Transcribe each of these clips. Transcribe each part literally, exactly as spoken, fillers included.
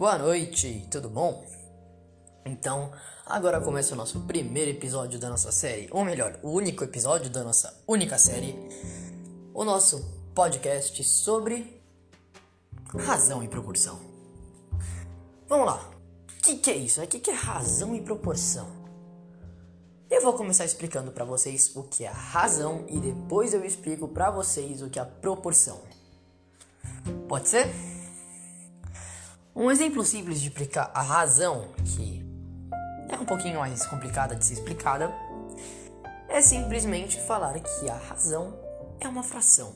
Boa noite, tudo bom? Então, agora começa o nosso primeiro episódio da nossa série, ou melhor, o único episódio da nossa única série, o nosso podcast sobre razão e proporção. Vamos lá, o que, que é isso? O que, que é razão e proporção? Eu vou começar explicando para vocês o que é a razão e depois eu explico para vocês o que é a proporção. Pode ser? Um exemplo simples de explicar a razão, que é um pouquinho mais complicada de ser explicada, é simplesmente falar que a razão é uma fração.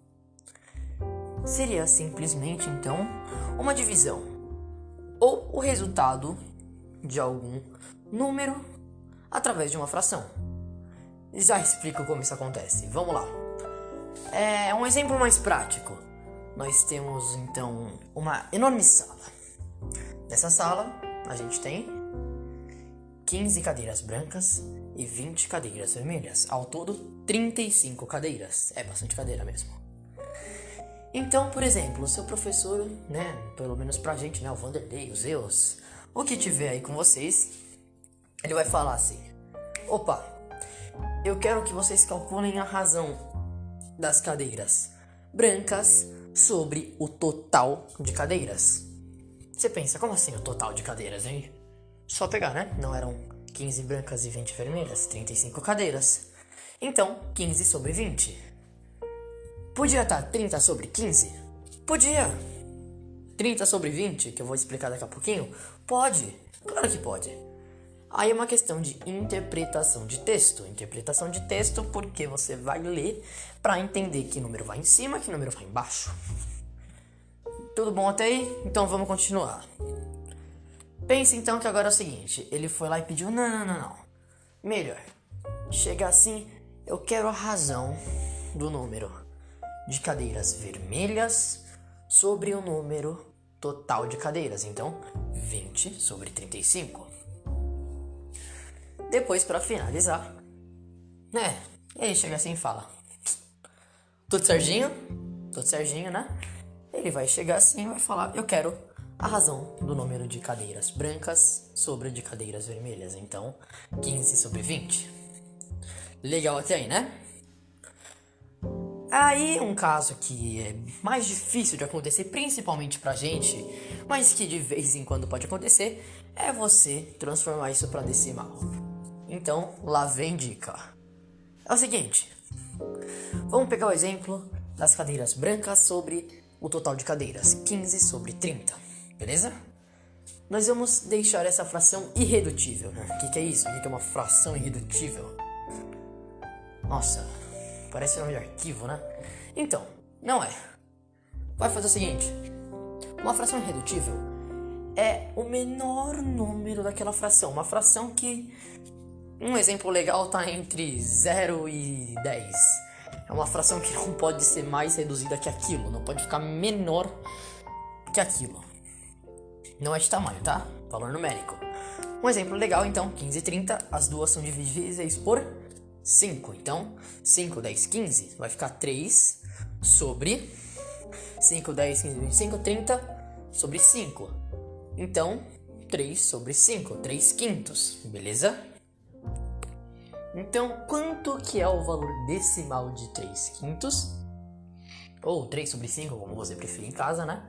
Seria simplesmente, então, uma divisão, ou o resultado de algum número através de uma fração. Já explico como isso acontece, vamos lá. É um exemplo mais prático. Nós temos, então, uma enorme sala. Nessa sala, a gente tem quinze cadeiras brancas e vinte cadeiras vermelhas. Ao todo, trinta e cinco cadeiras. É bastante cadeira mesmo. Então, por exemplo, o seu professor, né, pelo menos pra gente, né, o Vanderlei, o Zeus, o que tiver aí com vocês, ele vai falar assim: opa, eu quero que vocês calculem a razão das cadeiras brancas sobre o total de cadeiras. Você pensa, como assim o total de cadeiras, hein? Só pegar, né? Não eram quinze brancas e vinte vermelhas, trinta e cinco cadeiras. Então, quinze sobre vinte. Podia estar trinta sobre quinze? Podia. trinta sobre vinte, que eu vou explicar daqui a pouquinho? Pode. Claro que pode. Aí é uma questão de interpretação de texto. Interpretação de texto porque você vai ler para entender que número vai em cima, que número vai embaixo. Tudo bom até aí? Então vamos continuar. Pense então que agora é o seguinte. Ele foi lá e pediu, não, não, não, não. Melhor. Chega assim, eu quero a razão do número de cadeiras vermelhas sobre o número total de cadeiras. Então, vinte sobre trinta e cinco. Depois, para finalizar, né, ele chega assim e fala: tudo certinho? Tudo certinho, né? Ele vai chegar assim e vai falar: eu quero a razão do número de cadeiras brancas sobre de cadeiras vermelhas. Então, quinze sobre vinte. Legal até aí, né? Aí, um caso que é mais difícil de acontecer, principalmente pra gente, mas que de vez em quando pode acontecer, é você transformar isso pra decimal. Então, lá vem dica. É o seguinte, vamos pegar o exemplo das cadeiras brancas sobre o total de cadeiras, quinze sobre trinta, beleza? Nós vamos deixar essa fração irredutível, né? O que, que é isso? O que, que é uma fração irredutível? Nossa, parece nome de arquivo, né? Então, não é. Vai fazer o seguinte, uma fração irredutível é o menor número daquela fração, uma fração que... Um exemplo legal tá entre zero e dez. É uma fração que não pode ser mais reduzida que aquilo. Não pode ficar menor que aquilo. Não é de tamanho, tá? Valor numérico. Um exemplo legal, então, quinze e trinta. As duas são divisíveis por cinco. Então, cinco, dez, quinze. Vai ficar três sobre cinco, dez, quinze, vinte e cinco, trinta sobre cinco. Então, três sobre cinco. três quintos. Beleza? Então, quanto que é o valor decimal de três quintos? Ou três sobre cinco, como você preferir em casa, né?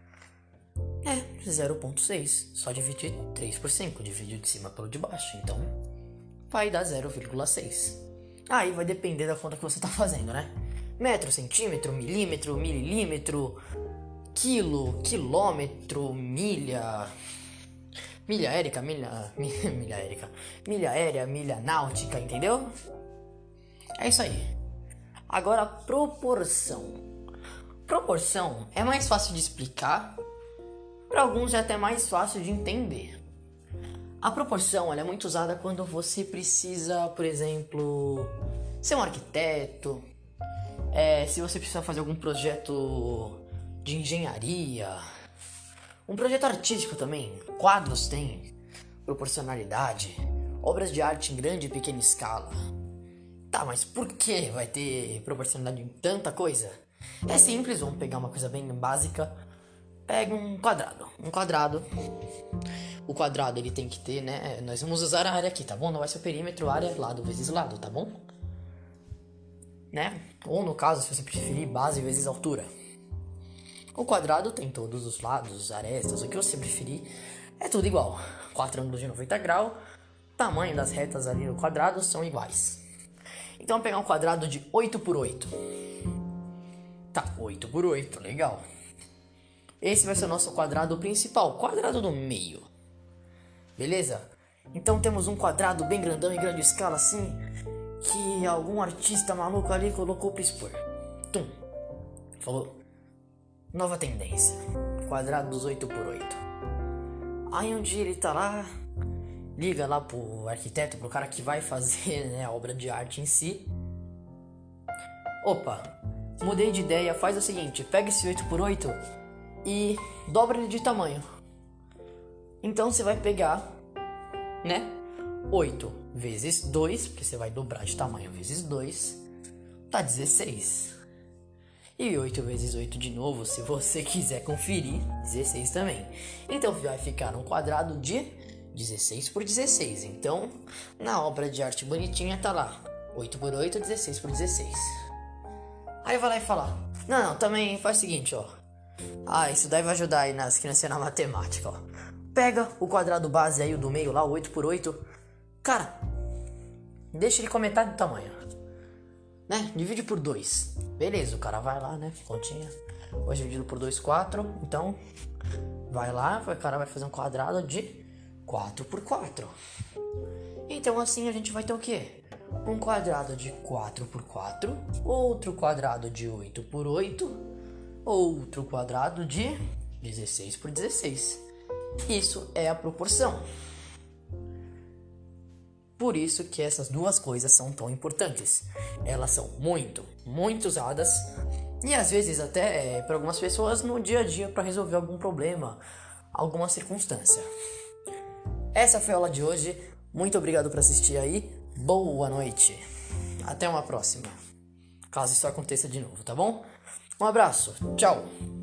É zero vírgula seis. Só dividir três por cinco. Divide de cima pelo de baixo. Então, vai dar zero vírgula seis. Aí vai depender da conta que você está fazendo, né? Metro, centímetro, milímetro, mililímetro, quilo, quilômetro, milha... Milha aérea, milha, milha, milha aérea, milha aérea, milha náutica, entendeu? É isso aí. Agora, proporção. Proporção é mais fácil de explicar, para alguns é até mais fácil de entender. A proporção ela é muito usada quando você precisa, por exemplo, ser um arquiteto, é, se você precisa fazer algum projeto de engenharia... Um projeto artístico também, quadros têm proporcionalidade, obras de arte em grande e pequena escala. Tá, mas por que vai ter proporcionalidade em tanta coisa? É simples, vamos pegar uma coisa bem básica. Pega um quadrado. Um quadrado. O quadrado ele tem que ter, né? Nós vamos usar a área aqui, tá bom? Não vai ser o perímetro, área, lado vezes lado, tá bom? Né? Ou no caso, se você preferir, base vezes altura. O quadrado tem todos os lados, arestas, o que você preferir. É tudo igual. Quatro ângulos de noventa graus. Tamanho das retas ali no quadrado são iguais. Então, vamos pegar um quadrado de oito por oito. Tá, oito por oito, legal. Esse vai ser o nosso quadrado principal, quadrado do meio. Beleza? Então temos um quadrado bem grandão em grande escala assim, que algum artista maluco ali colocou pra expor. Tum. Falou. Nova tendência. Quadrado dos oito por oito. Aí um dia ele tá lá, liga lá pro arquiteto, pro cara que vai fazer, né, a obra de arte em si. Opa, mudei de ideia, faz o seguinte, pega esse oito por oito e dobra ele de tamanho. Então você vai pegar, né, oito vezes dois, porque você vai dobrar de tamanho vezes dois, tá dezesseis. E oito vezes oito de novo, se você quiser conferir, dezesseis também. Então vai ficar um quadrado de dezesseis por dezesseis. Então, na obra de arte bonitinha tá lá, oito por oito, dezesseis por dezesseis. Aí vai lá e fala, não, não, também faz o seguinte, ó. Ah, isso daí vai ajudar aí nas crianças na matemática, ó. Pega o quadrado base aí, o do meio lá, o oito por oito. Cara, deixa ele com metade do tamanho, né? Divide por dois. Beleza, o cara vai lá, né? Continha. Hoje dividido por dois, quatro. Então, vai lá, o cara vai fazer um quadrado de quatro por quatro. Então, assim a gente vai ter o quê? Um quadrado de quatro por quatro. Outro quadrado de oito por oito. Outro quadrado de dezesseis por dezesseis. Isso é a proporção. Por isso que essas duas coisas são tão importantes. Elas são muito, muito usadas e às vezes até é, para algumas pessoas no dia a dia para resolver algum problema, alguma circunstância. Essa foi a aula de hoje. Muito obrigado por assistir aí. Boa noite. Até uma próxima. Caso isso aconteça de novo, tá bom? Um abraço. Tchau.